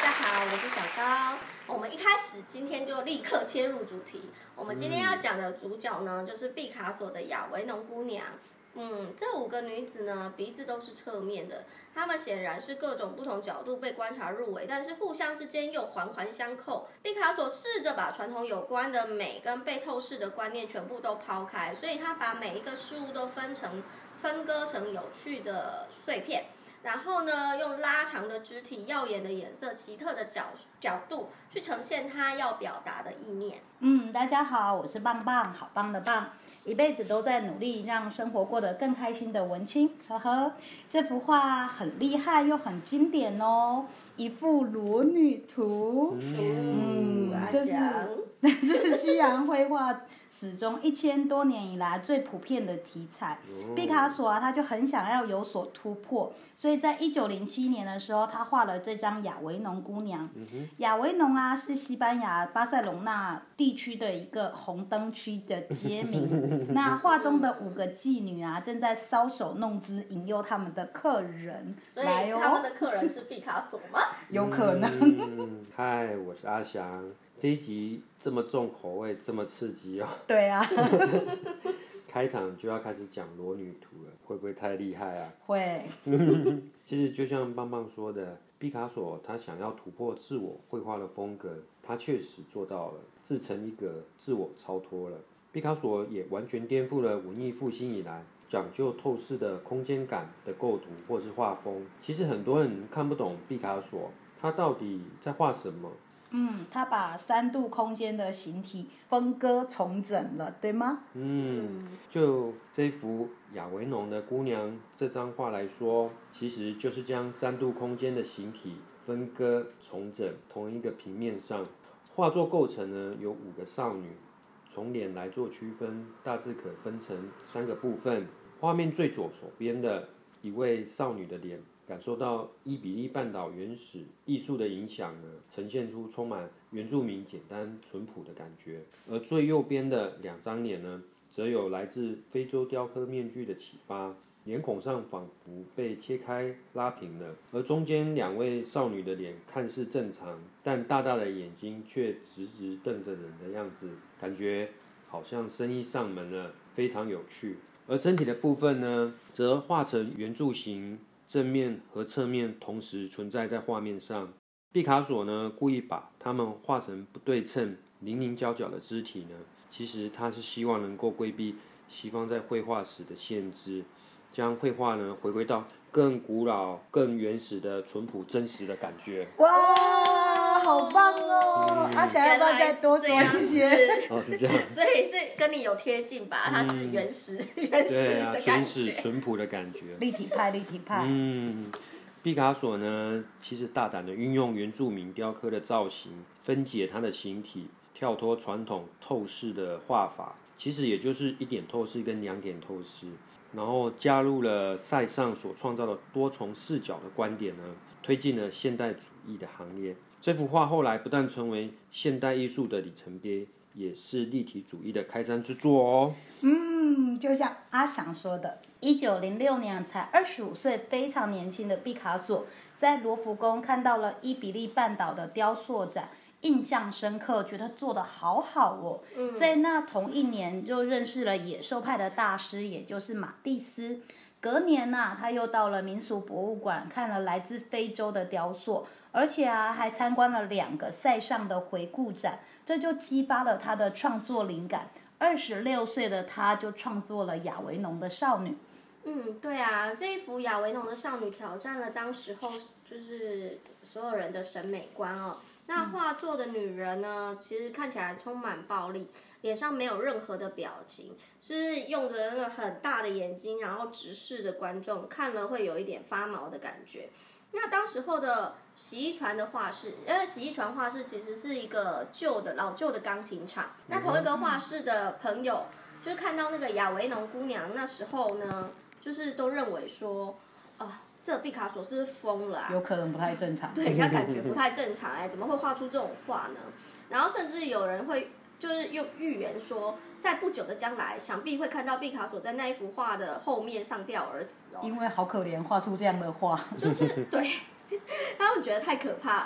家好，我是小高。我们一开始今天就立刻切入主题。我们今天要讲的主角呢，就是毕卡索的亚维农姑娘。这5个女子呢，鼻子都是侧面的，她们显然是各种不同角度被观察入微，但是互相之间又环环相扣。毕卡索试着把传统有关的美跟被透视的观念全部都抛开，所以他把每一个事物都分割成有趣的碎片。然后呢，用拉长的肢体、耀眼的颜色、奇特的角度去呈现他要表达的意念。 大家好，我是棒棒，好棒的棒，一辈子都在努力让生活过得更开心的文青，呵呵。这幅画很厉害又很经典哦，一幅裸女图。这是西洋绘画史中1000多年以来最普遍的题材。毕卡索他就很想要有所突破，所以在1907年的时候，他画了这张亚维农姑娘。亚维农是西班牙巴塞隆纳地区的一个红灯区的街名。那画中的5个妓女正在搔首弄姿，引诱他们的客人。 所以他们的客人是毕卡索吗？ 有可能。 嗨，我是阿翔。这一集这么重口味，这么刺激哦。 对啊。 开场就要开始讲裸女图了，会不会太厉害啊？ 会。 其实就像棒棒说的，毕卡索他想要突破自我绘画的风格，他确实做到了，自成一格，自我超脱了。毕卡索也完全颠覆了文艺复兴以来讲究透视的空间感的构图或是画风。其实很多人看不懂毕卡索他到底在画什么。 他把3度空间的形体分割重整了，对吗？ 就这幅亚维农的姑娘这张画来说，其实就是将3度空间的形体分割重整同一个平面上。画作构成呢有5个少女，从脸来做区分，大致可分成3个部分。画面最左手边的一位少女的脸，感受到伊比利半岛原始艺术的影响呢，呈现出充满原住民简单淳朴的感觉。而最右边的2张脸呢，则有来自非洲雕刻面具的启发，脸孔上仿佛被切开拉平了。而中间2位少女的脸看似正常，但大大的眼睛却直直瞪着人的样子，感觉好像生意上门了，非常有趣。而身体的部分呢，则画成圆柱形，正面和侧面同时存在在画面上。毕卡索呢，故意把它们画成不对称、零零角角的肢体呢，其实他是希望能够规避西方在绘画史的限制，将绘画呢回归到更古老、更原始的淳朴真实的感觉。 哇，好棒哦！阿翔要不要再多说一些？ 是这样。 所以是跟你有贴近吧？它是原始的感觉。 对啊，原始淳朴的感觉。 立体派。 毕卡索呢，其实大胆的运用原住民雕刻的造型，分解它的形体，跳脱传统透视的画法，其实也就是1点透视跟2点透视，然后加入了塞尚所创造的多重视角的观点呢，推进了现代主义的行列。这幅画后来不但成为现代艺术的里程碑，也是立体主义的开山之作哦。 就像阿翔说的，1906年才25岁，非常年轻的毕卡索，在罗浮宫看到了伊比利半岛的雕塑展，印象深刻，觉得做得好好哦。在那同一年就认识了野兽派的大师，也就是马蒂斯。隔年他又到了民俗博物馆，看了来自非洲的雕塑，而且还参观了2个塞尚的回顾展，这就激发了他的创作灵感。26岁的他就创作了亚维农的少女。 对啊，这一幅亚维农的少女挑战了当时候就是所有人的审美观哦。那画作的女人呢，其实看起来充满暴力，脸上没有任何的表情，就是用着那个很大的眼睛，然后直视着观众，看了会有一点发毛的感觉。那当时候的洗衣船的画室，因为洗衣船画室其实是一个老旧的钢琴厂。那同一个画室的朋友，就是看到那个亚维农姑娘，那时候呢，就是都认为说，这毕卡索是不是疯了啊？ 有可能不太正常。 对，他感觉不太正常，怎么会画出这种画呢？然后甚至有人会就是用预言说，在不久的将来，想必会看到毕卡索在那一幅画的后面上吊而死哦。 因为好可怜，画出这样的画。 就是对，他们觉得太可怕了。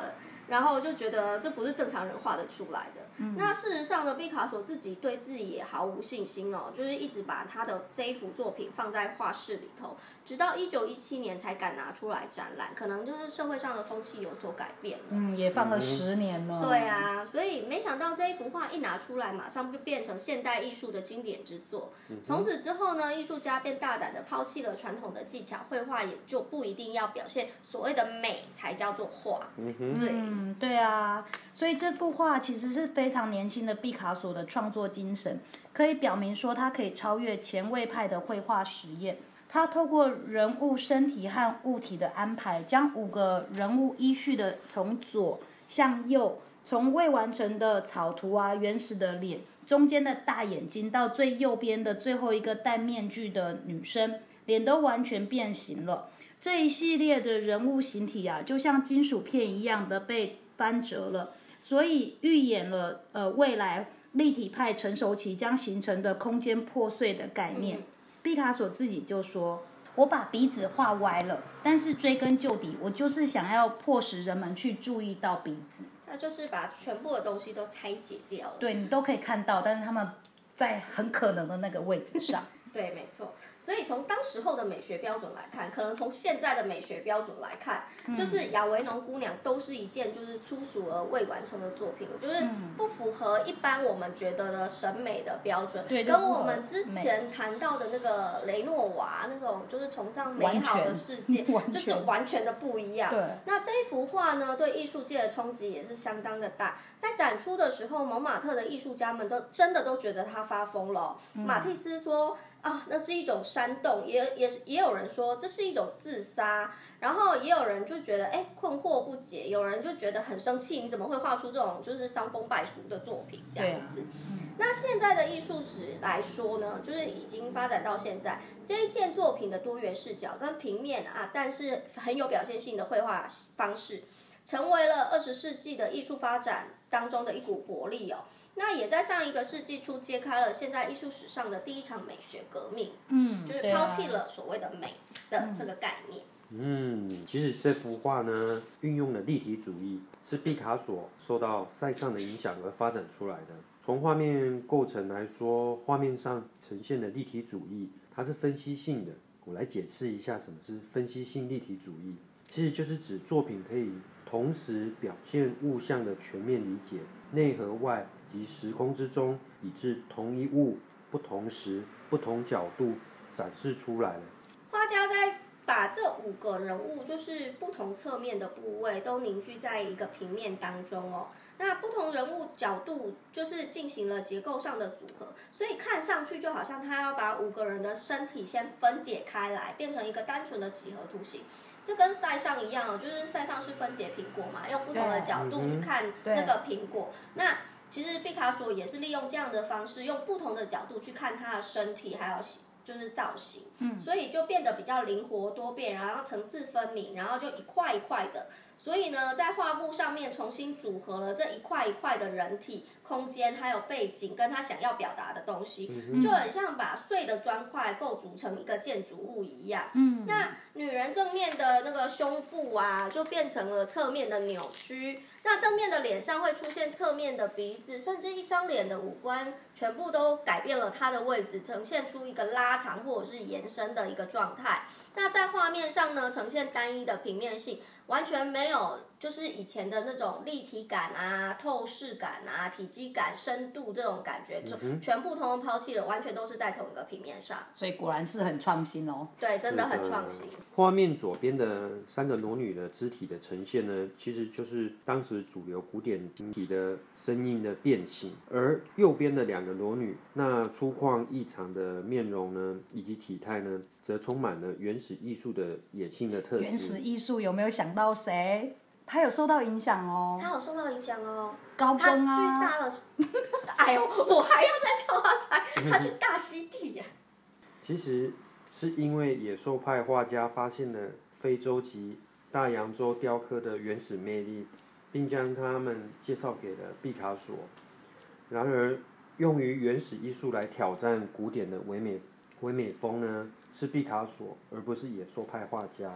然后就觉得这不是正常人画得出来的。那事实上呢，毕卡索自己对自己也毫无信心哦，就是一直把他的这一幅作品放在画室里头，直到1917年才敢拿出来展览，可能就是社会上的风气有所改变了。 也放了10年了。 对啊，所以没想到这一幅画一拿出来，马上就变成现代艺术的经典之作。从此之后呢，艺术家便大胆的抛弃了传统的技巧，绘画也就不一定要表现所谓的美才叫做画。 对啊，所以这幅画其实是非常年轻的毕卡索的创作精神，可以表明说他可以超越前卫派的绘画实验。他透过人物身体和物体的安排，将5个人物依序的从左向右，从未完成的草图啊、原始的脸、中间的大眼睛，到最右边的最后一个戴面具的女生，脸都完全变形了。这一系列的人物形体啊，就像金属片一样的被翻折了，所以预演了未来立体派成熟期将形成的空间破碎的概念。毕卡索自己就说：“我把鼻子画歪了，但是追根究底，我就是想要迫使人们去注意到鼻子。” 他就是把全部的东西都拆解掉了。 对，你都可以看到，但是他们在很可能的那个位置上。 对，没错。所以从当时候的美学标准来看，可能从现在的美学标准来看，就是亚维农姑娘都是一件就是粗俗而未完成的作品，就是不符合一般我们觉得的审美的标准，跟我们之前谈到的那个雷诺瓦那种就是崇尚美好的世界，就是完全的不一样。那这一幅画呢，对艺术界的冲击也是相当的大。在展出的时候，蒙马特的艺术家们都真的都觉得他发疯了。马蒂斯说：“啊，那是一种煽动，也有人说这是一种自杀，然后也有人就觉得困惑不解，有人就觉得很生气，你怎么会画出这种就是伤风败俗的作品这样子？那现在的艺术史来说呢，就是已经发展到现在，这一件作品的多元视角跟平面啊，但是很有表现性的绘画方式，成为了20世纪的艺术发展当中的一股活力哦。”那也在上一个世纪初揭开了现在艺术史上的第一场美学革命，就是抛弃了所谓的美的这个概念。 其实这幅画呢，运用了立体主义，是毕卡索受到塞尚的影响而发展出来的。从画面构成来说，画面上呈现的立体主义，它是分析性的。我来解释一下什么是分析性立体主义，其实就是指作品可以同时表现物象的全面理解，内和外及时空之中，以致同一物不同时、不同角度展示出来了。 画家在把这5个人物，就是不同侧面的部位，都凝聚在一个平面当中哦。那不同人物角度就是进行了结构上的组合，所以看上去就好像他要把5个人的身体先分解开来，变成一个单纯的几何图形。这跟塞尚一样哦，就是塞尚是分解苹果嘛，用不同的角度去看那个苹果。那其实毕卡索也是利用这样的方式，用不同的角度去看他的身体，还有就是造型，所以就变得比较灵活多变，然后层次分明，然后就一块一块的。所以呢，在画布上面重新组合了这一块一块的人体、空间，还有背景，跟他想要表达的东西，就很像把碎的砖块构筑成一个建筑物一样。那女人正面的那个胸部啊，就变成了侧面的扭曲。那正面的脸上会出现侧面的鼻子，甚至一张脸的五官全部都改变了它的位置，呈现出一个拉长或者是延伸的一个状态。那在画面上呢，呈现单一的平面性，完全没有就是以前的那种立体感啊、透视感啊、体积感、深度这种感觉，全部通通抛弃了，完全都是在同一个平面上。 所以果然是很创新哦。 对，真的很创新。 画面左边的3个裸女的肢体的呈现呢，其实就是当时主流古典体的生硬的变形，而右边的2个裸女，那粗犷异常的面容呢，以及体态呢，则充满了原始艺术的野性的特质。 原始艺术有没有想到谁？他有受到影响哦。 他有受到影响哦。 高更啊。 他去大了，哎呦，我还要再叫他猜，他去大溪地呀。 其实是因为野兽派画家发现了非洲及大洋洲雕刻的原始魅力，并将它们介绍给了毕卡索。然而，用于原始艺术来挑战古典的唯美风呢，是毕卡索，而不是野兽派画家。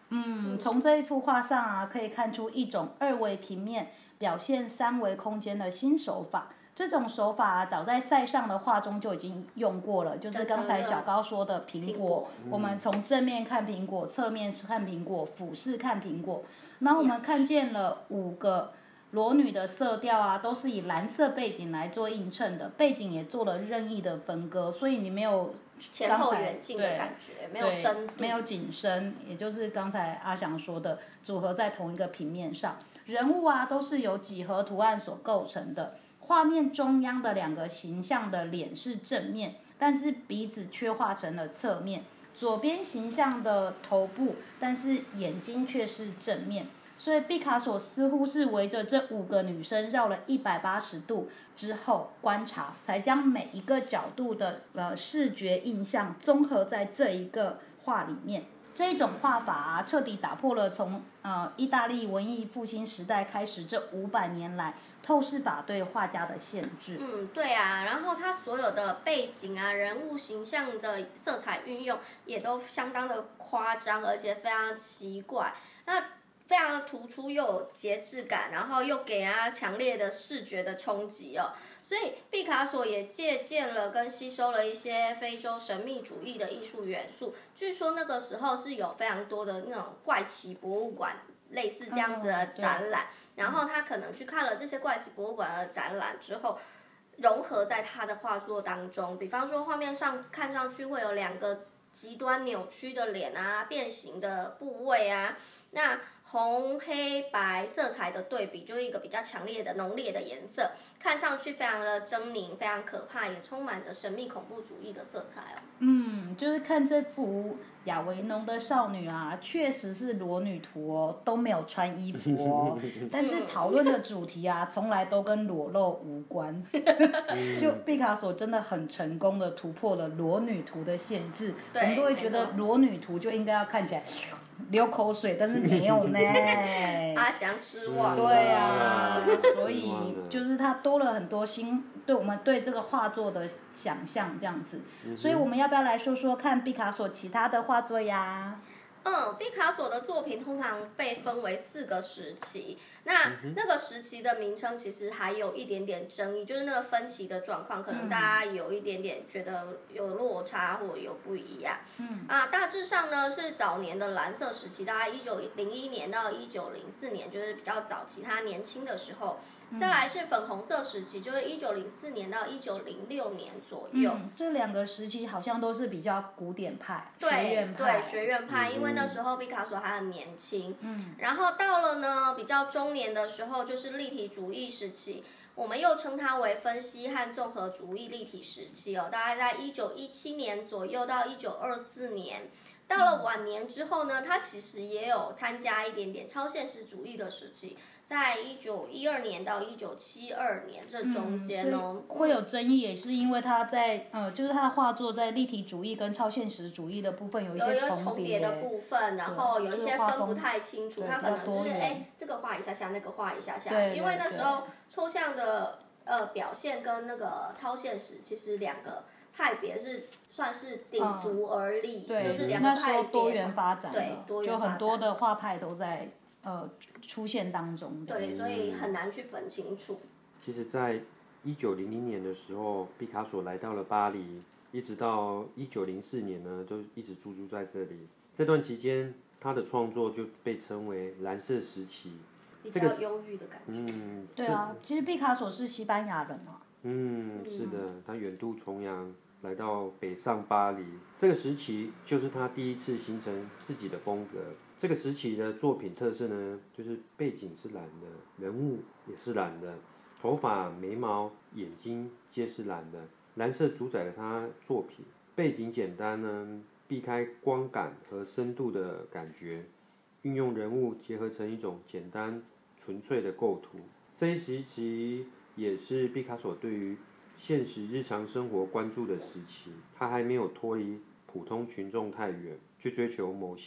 从这一幅画上啊，可以看出一种2维平面表现3维空间的新手法。这种手法啊，早在塞尚的画中就已经用过了，就是刚才小高说的苹果。我们从正面看苹果，侧面看苹果，俯视看苹果。然后我们看见了5个裸女的色调啊，都是以蓝色背景来做映衬的，背景也做了任意的分割，所以你没有前后远近的感觉，没有深度， 没有景深，也就是刚才阿翔说的，组合在同一个平面上。人物啊，都是由几何图案所构成的。画面中央的2个形象的脸是正面，但是鼻子却画成了侧面。左边形象的头部，但是眼睛却是正面。所以毕卡索似乎是围着这5个女生绕了180度之后观察，才将每一个角度的视觉印象综合在这一个画里面。这种画法啊，彻底打破了从意大利文艺复兴时代开始这500年来透视法对画家的限制。 对啊，然后他所有的背景啊、人物形象的色彩运用也都相当的夸张，而且非常奇怪。那非常的突出又有节制感，然后又给人家强烈的视觉的冲击哦。所以毕卡索也借鉴了跟吸收了一些非洲神秘主义的艺术元素。据说那个时候是有非常多的那种怪奇博物馆类似这样子的展览，然后他可能去看了这些怪奇博物馆的展览之后，融合在他的画作当中。比方说画面上看上去会有2个极端扭曲的脸啊，变形的部位啊，那红黑白色彩的对比，就是一个比较强烈的浓烈的颜色，看上去非常的狰狞，非常可怕，也充满着神秘恐怖主义的色彩哦。 就是看这幅亚维农的少女啊，确实是裸女图哦，都没有穿衣服哦。但是讨论的主题啊，从来都跟裸露无关。就毕卡索真的很成功的突破了裸女图的限制，我们都会觉得裸女图就应该要看起来流口水，但是没有呢。 阿翔失望。 对啊，所以就是他多了很多对我们对这个画作的想象这样子。所以我们要不要来说说看毕卡索其他的画作呀？ 毕卡索的作品通常被分为4个时期，那个时期的名称其实还有一点点争议，就是那个分歧的状况，可能大家有一点点觉得有落差或有不一样。大致上呢是早年的蓝色时期，大概1901年到1904年，就是比较早期他年轻的时候。再来是粉红色时期，就是1904年到1906年左右。 这2个时期好像都是比较古典派、学院派。 对，学院派，因为那时候毕卡索还很年轻。然后到了呢比较中年的时候，就是立体主义时期。我们又称它为分析和综合主义立体时期哦，大概在1917年左右到1924年。到了晚年之后呢，他其实也有参加一点点超现实主义的时期。在1912年到1972年这中间哦， 会有争议，也是因为他在就是他的画作在立体主义跟超现实主义的部分有一些重叠的部分，然后有一些分不太清楚，他可能就是这个画一下下，那个画一下下，因为那时候抽象的表现跟那个超现实其实2个派别是算是鼎足而立，就是2个派别。 那时候多元发展， 对，多元就很多的画派都在出现当中。 对，所以很难去分清楚。 其实，在1900年的时候，毕卡索来到了巴黎，一直到1904年呢，就一直驻在这里。这段期间，他的创作就被称为蓝色时期， 比较忧郁的感觉。 对啊，其实毕卡索是西班牙人嘛。 是的，他远渡重洋来到北上巴黎，这个时期就是他第一次形成自己的风格。这个时期的作品特色呢，就是背景是蓝的，人物也是蓝的，头发、眉毛、眼睛皆是蓝的，蓝色主宰了他作品。背景简单呢，避开光感和深度的感觉，运用人物结合成一种简单纯粹的构图。这一时期也是毕卡索对于现实日常生活关注的时期，他还没有脱离普通群众太远，去追求某些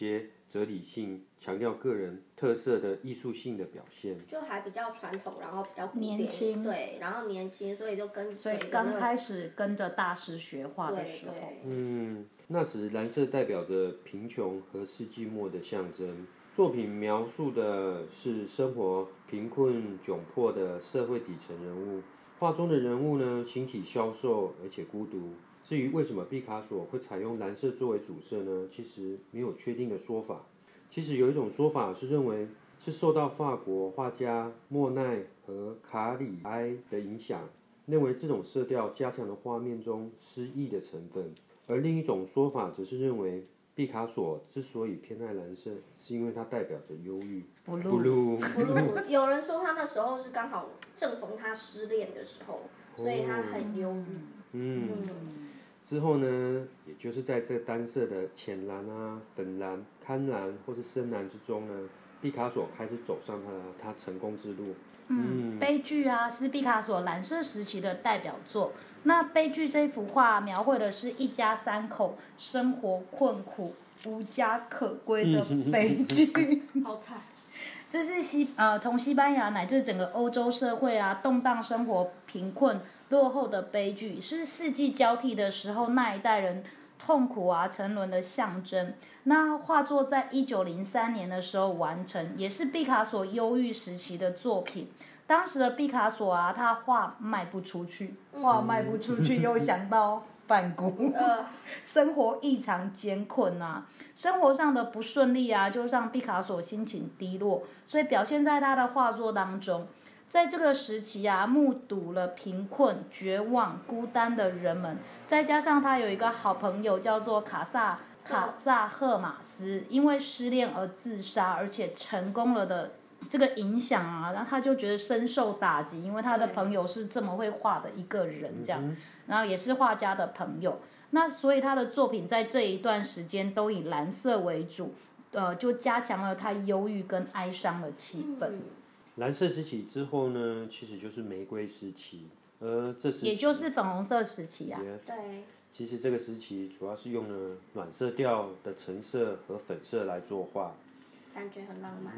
哲理性，强调个人特色的艺术性的表现。 就还比较传统，然后比较古典年轻， 对，然后年轻，所以就所以刚开始跟着大师学画的时候， 那时蓝色代表着贫穷和世纪末的象征。作品描述的是生活贫困窘迫的社会底层人物。画中的人物呢，形体消瘦而且孤独。至于为什么毕卡索会采用蓝色作为主色呢？其实没有确定的说法。其实有一种说法是认为是受到法国画家莫奈和卡里埃的影响，认为这种色调加强了画面中诗意的成分。而另一种说法则是认为毕卡索之所以偏爱蓝色，是因为它代表着忧郁。blue， 有人说他那时候是刚好正逢他失恋的时候，所以他很忧郁。 之后呢，也就是在这单色的浅蓝啊、粉蓝、堪蓝或是深蓝之中呢，毕卡索开始走上他成功之路。 悲剧啊是毕卡索蓝色时期的代表作。那悲剧这幅画描绘的是一家三口生活困苦、无家可归的悲剧。 好惨。 这是从西班牙乃至整个欧洲社会啊动荡生活、贫困落后的悲剧，是四季交替的时候那一代人痛苦啊沉沦的象征。那画作在1903年的时候完成，也是毕卡索忧郁时期的作品。当时的毕卡索啊，他画卖不出去，又想到梵谷，生活异常艰困啊，生活上的不顺利啊，就让毕卡索心情低落，所以表现在他的画作当中。在这个时期啊，目睹了贫困、绝望、孤单的人们，再加上他有一个好朋友叫做卡萨赫马斯，因为失恋而自杀，而且成功了的这个影响啊，然后他就觉得深受打击，因为他的朋友是这么会画的一个人，这样，然后也是画家的朋友，那所以他的作品在这一段时间都以蓝色为主，就加强了他忧郁跟哀伤的气氛。 蓝色时期之后呢，其实就是玫瑰时期，这时期也就是粉红色时期啊。 对。 其实这个时期主要是用了暖色调的橙色和粉色来作画， 感觉很浪漫。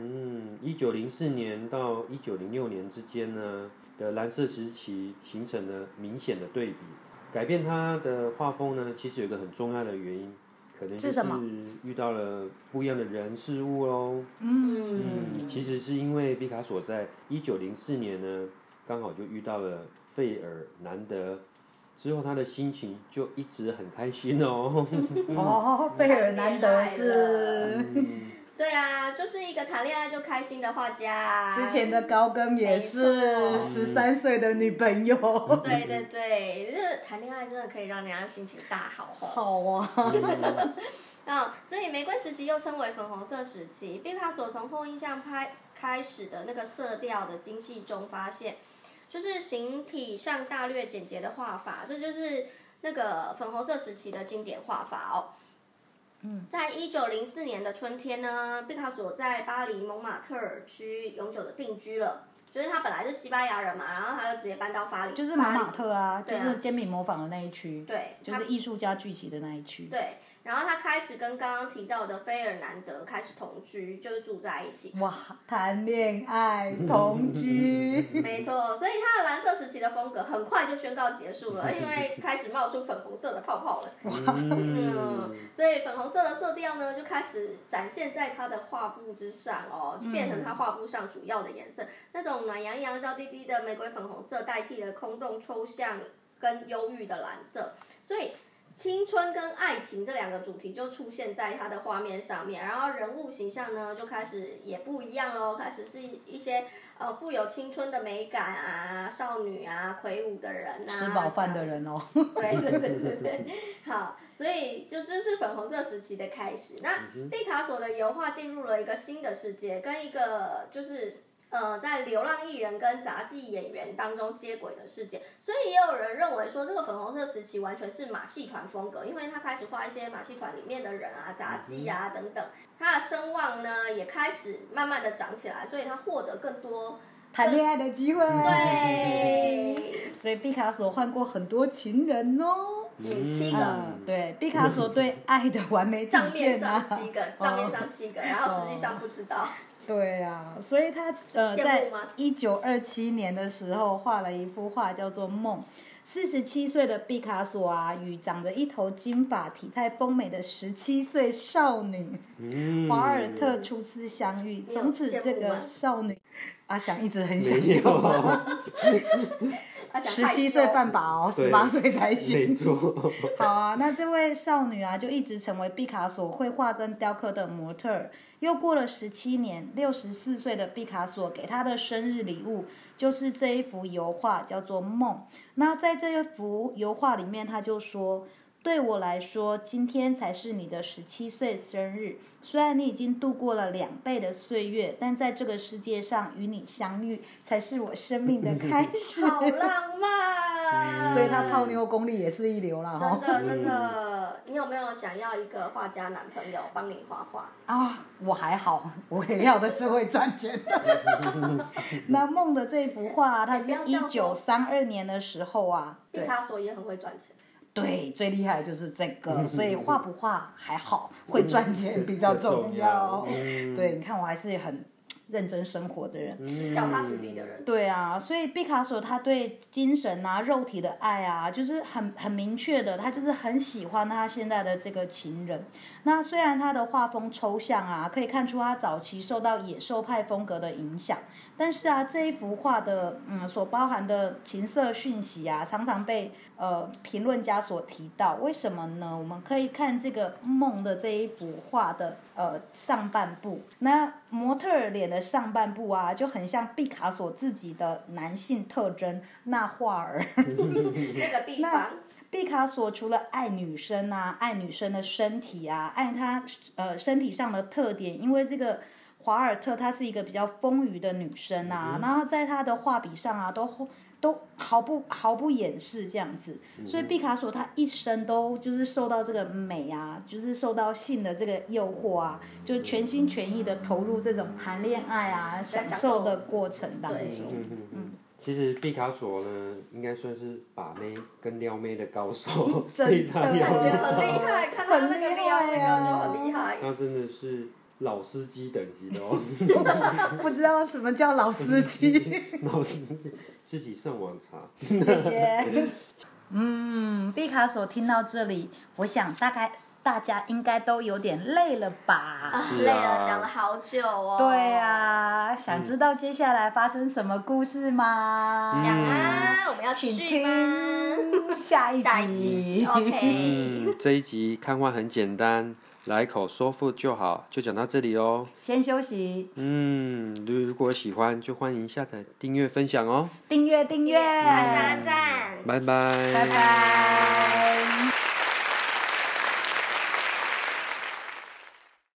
1904年到1906年之间呢的蓝色时期形成了明显的对比。改变他的画风呢，其实有一个很重要的原因，可能就是遇到了不一样的人事物喽。其实是因为毕卡索在1904年呢，刚好就遇到了费尔南德，之后他的心情就一直很开心哦。 费尔南德是。 对啊，就是一个谈恋爱就开心的画家。 之前的高更也是13岁的女朋友。 对对对，这谈恋爱真的可以让人家心情大好。 好啊。所以玫瑰时期又称为粉红色时期。毕卡索从后印象派开始的那个色调的精细中发现，就是形体上大略简洁的画法，这就是那个粉红色时期的经典画法哦。在1904年的春天呢，毕卡索在巴黎蒙马特尔区永久的定居了。就是他本来是西班牙人嘛，然后他就直接搬到巴黎。 就是蒙马特啊，就是煎饼模仿的那一区。 对， 就是艺术家聚集的那一区。 对，然后他开始跟刚刚提到的菲尔南德开始同居，就是住在一起。 哇，谈恋爱同居。 没错，所以他的蓝色时期的风格很快就宣告结束了，因为开始冒出粉红色的泡泡了。所以粉红色的色调呢，就开始展现在他的画布之上哦，就变成他画布上主要的颜色。那种暖洋洋、娇滴滴的玫瑰粉红色代替了空洞、抽象跟忧郁的蓝色，所以青春跟爱情这两个主题就出现在他的画面上面，然后人物形象呢就开始也不一样咯，开始是一些富有青春的美感啊，少女啊，魁梧的人啊， 吃饱饭的人哦。 对，好，所以这是粉红色时期的开始。那毕卡索的油画进入了一个新的世界，跟一个就是在流浪艺人跟杂技演员当中接轨的世界，所以也有人认为说这个粉红色时期完全是马戏团风格，因为他开始画一些马戏团里面的人啊、杂技啊等等，他的声望呢也开始慢慢的长起来，所以他获得更多谈恋爱的机会。 对， 所以毕卡索换过很多情人哦。 7个， 对，毕卡索对爱的完美体账面现啊上7个，账面上7个，然后实际上不知道。 对啊，所以他在1927年的时候画了一幅画叫做《梦》。47岁的毕卡索啊，与长着一头金发、体态丰美的17岁少女华尔特初次相遇，从此这个少女，阿翔一直很想要17岁半把哦，18岁才行。 没错。 好啊，那这位少女啊，就一直成为毕卡索绘画跟雕刻的模特儿。又过了17年，64岁的毕卡索给她的生日礼物就是这一幅油画，叫做《梦》。那在这一幅油画里面，他就说：“对我来说，今天才是你的17岁生日。虽然你已经度过了2倍的岁月，但在这个世界上与你相遇，才是我生命的开始。” 好浪漫。 所以他泡妞功力也是一流啦。 真的真的，你有没有想要一个画家男朋友帮你画画？ 啊，我还好，我也要的是会赚钱的。那梦的这幅画，它是1932年的时候啊， 毕卡索也很会赚钱。 对，最厉害的就是这个，所以画不画还好，会赚钱比较重要。对，你看我还是很认真生活的人， 脚踏实地的人。 对啊，所以毕卡索他对精神啊、肉体的爱啊，就是很明确的，他就是很喜欢他现在的这个情人。那虽然他的画风抽象啊，可以看出他早期受到野兽派风格的影响，但是啊，这一幅画的所包含的情色讯息啊，常常被评论家所提到。为什么呢？我们可以看这个梦的这一幅画的上半部，那模特儿脸的上半部啊，就很像毕卡索自己的男性特征那画儿那个地方。 毕卡索除了爱女生啊，爱女生的身体啊，爱她身体上的特点，因为这个华尔特她是一个比较丰腴的女生啊，然后在她的画笔上啊，都毫不掩饰这样子，所以毕卡索他一生都就是受到这个美啊，就是受到性的这个诱惑啊，就全心全意的投入这种谈恋爱啊、享受的过程当中。 其实毕卡索呢，应该算是把妹跟撩妹的高手， 非常感觉很厉害，看到那个撩妹就很厉害。 他真的是老司机等级的哦。 不知道什么叫老司机。 老司机自己上网查。 姐姐。毕卡索听到这里，我想大家应该都有点累了吧？ 是啊， 累了，讲了好久哦。 对啊，想知道接下来发生什么故事吗？ 想啊，我们要请续吗？ 听下一集。 OK。 这一集看画很简单，来口说腹就好，就讲到这里哦。 先休息。 如果喜欢就欢迎下载、订阅、分享哦。 订阅。 按赞。 拜拜。 拜拜。